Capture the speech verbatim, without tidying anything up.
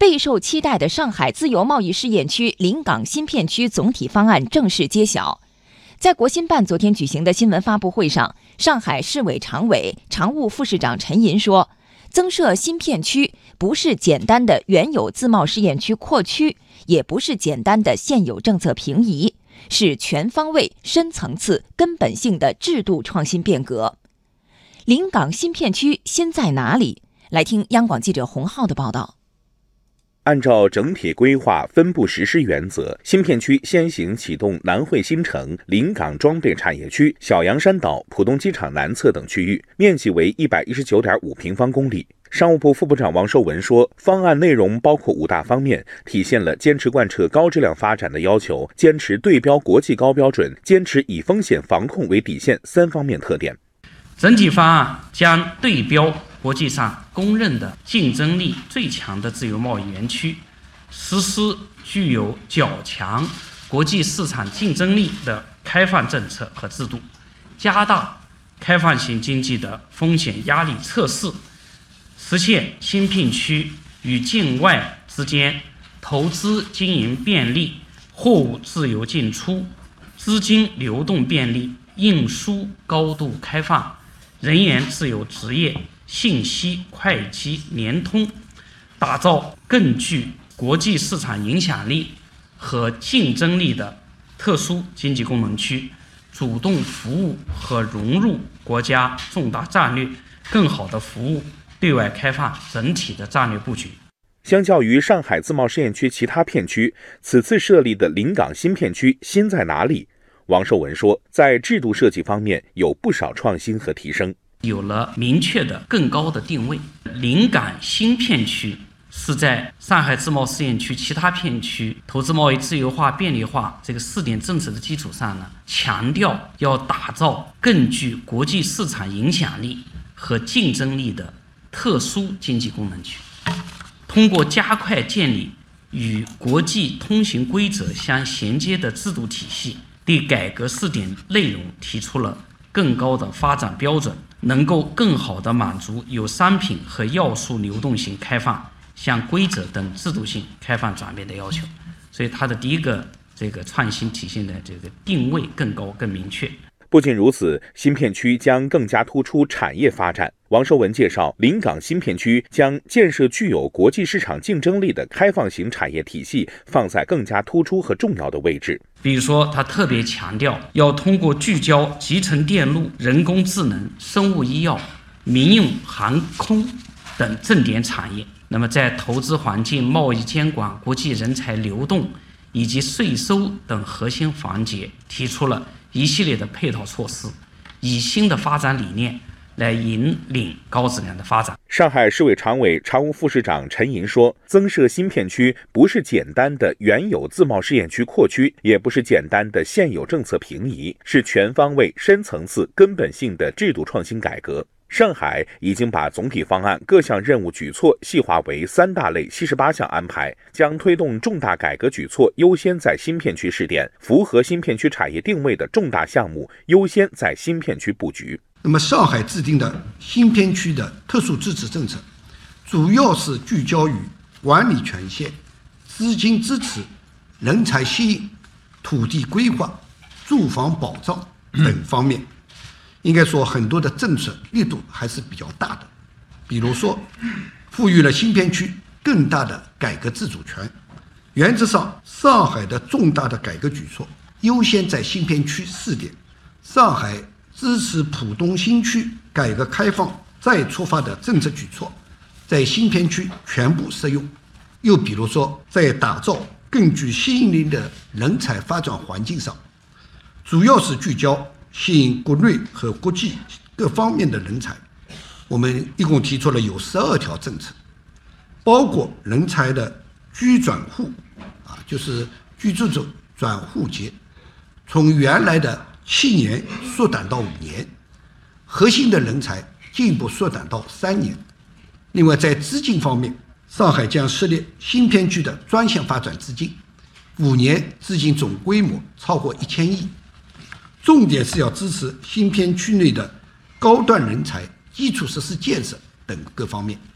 备受期待的上海自由贸易试验区临港新片区总体方案正式揭晓。在国新办昨天举行的新闻发布会上，上海市委常委、常务副市长陈寅说，增设新片区不是简单的原有自贸试验区扩区，也不是简单的现有政策平移，是全方位、深层次、根本性的制度创新变革。临港新片区新在哪里？来听央广记者洪浩的报道。 按照整体规划分步实施原则，新片区先行启动南汇新城、临港装备产业区、小洋山岛、浦东机场南侧等区域，面积为一百一十九点五平方公里。商务部副部长王受文说，方案内容包括五大方面，体现了坚持贯彻高质量发展的要求，坚持对标国际高标准，坚持以风险防控为底线三方面特点。 整体方案将对标国际上公认的竞争力最强的自由贸易园区，实施具有较强国际市场竞争力的开放政策和制度，加大开放型经济的风险压力测试，实现新片区与境外之间投资经营便利，货物自由进出，资金流动便利，运输高度开放，人员自由职业，信息会计联通，打造更具国际市场影响力和竞争力的特殊经济功能区，主动服务和融入国家重大战略，更好地服务对外开放整体的战略布局。 相较于上海自贸试验区其他片区，此次设立的临港新片区新在哪里？王受文说，在制度设计方面有不少创新和提升， 有了明确的更高的定位。临港新片区是在上海自贸试验区其他片区投资贸易自由化便利化这个四点政策的基础上呢，强调要打造更具国际市场影响力和竞争力的特殊经济功能区，通过加快建立与国际通行规则相衔接的制度体系，对改革试点内容提出了更高的发展标准，能够更好地满足有商品和要素流动性开放向规则等制度性开放转变的要求。所以它的第一个这个创新体现的这个定位更高更明确。 不仅如此，新片区将更加突出产业发展。王受文介绍，临港新片区将建设具有国际市场竞争力的开放型产业体系放在更加突出和重要的位置。 比如说，他特别强调要通过聚焦集成电路、人工智能、生物医药、民用航空等重点产业，那么在投资环境、贸易监管、国际人才流动以及税收等核心环节提出了一系列的配套措施，以新的发展理念来引领高质量的发展。 上海市委常委、常务副市长陈寅说，增设新片区不是简单的原有自贸试验区扩区，也不是简单的现有政策平移，是全方位、深层次、根本性的制度创新改革。上海已经把总体方案各项任务举措细化为三大类七十八项安排，将推动重大改革举措优先在新片区试点，符合新片区产业定位的重大项目优先在新片区布局。 那么上海制定的新片区的特殊支持政策，主要是聚焦于管理权限、资金支持、人才吸引、土地规划、住房保障等方面。应该说，很多的政策力度还是比较大的。比如说，赋予了新片区更大的改革自主权。原则上，上海的重大的改革举措优先在新片区试点。上海支持浦东新区改革开放再出发的政策举措，在新片区全部适用。又比如说，在打造更具吸引力的人才发展环境上，主要是聚焦吸引国内和国际各方面的人才。我们一共提出了有十二条政策，包括人才的居转户啊，就是居住者转户节，从原来的七年缩短到五年，核心的人才进一步缩短到三年。另外，在资金方面，上海将设立新片区的专项发展资金，五年资金总规模超过一千亿。重点是要支持新片区内的高端人才、基础设施建设等各方面。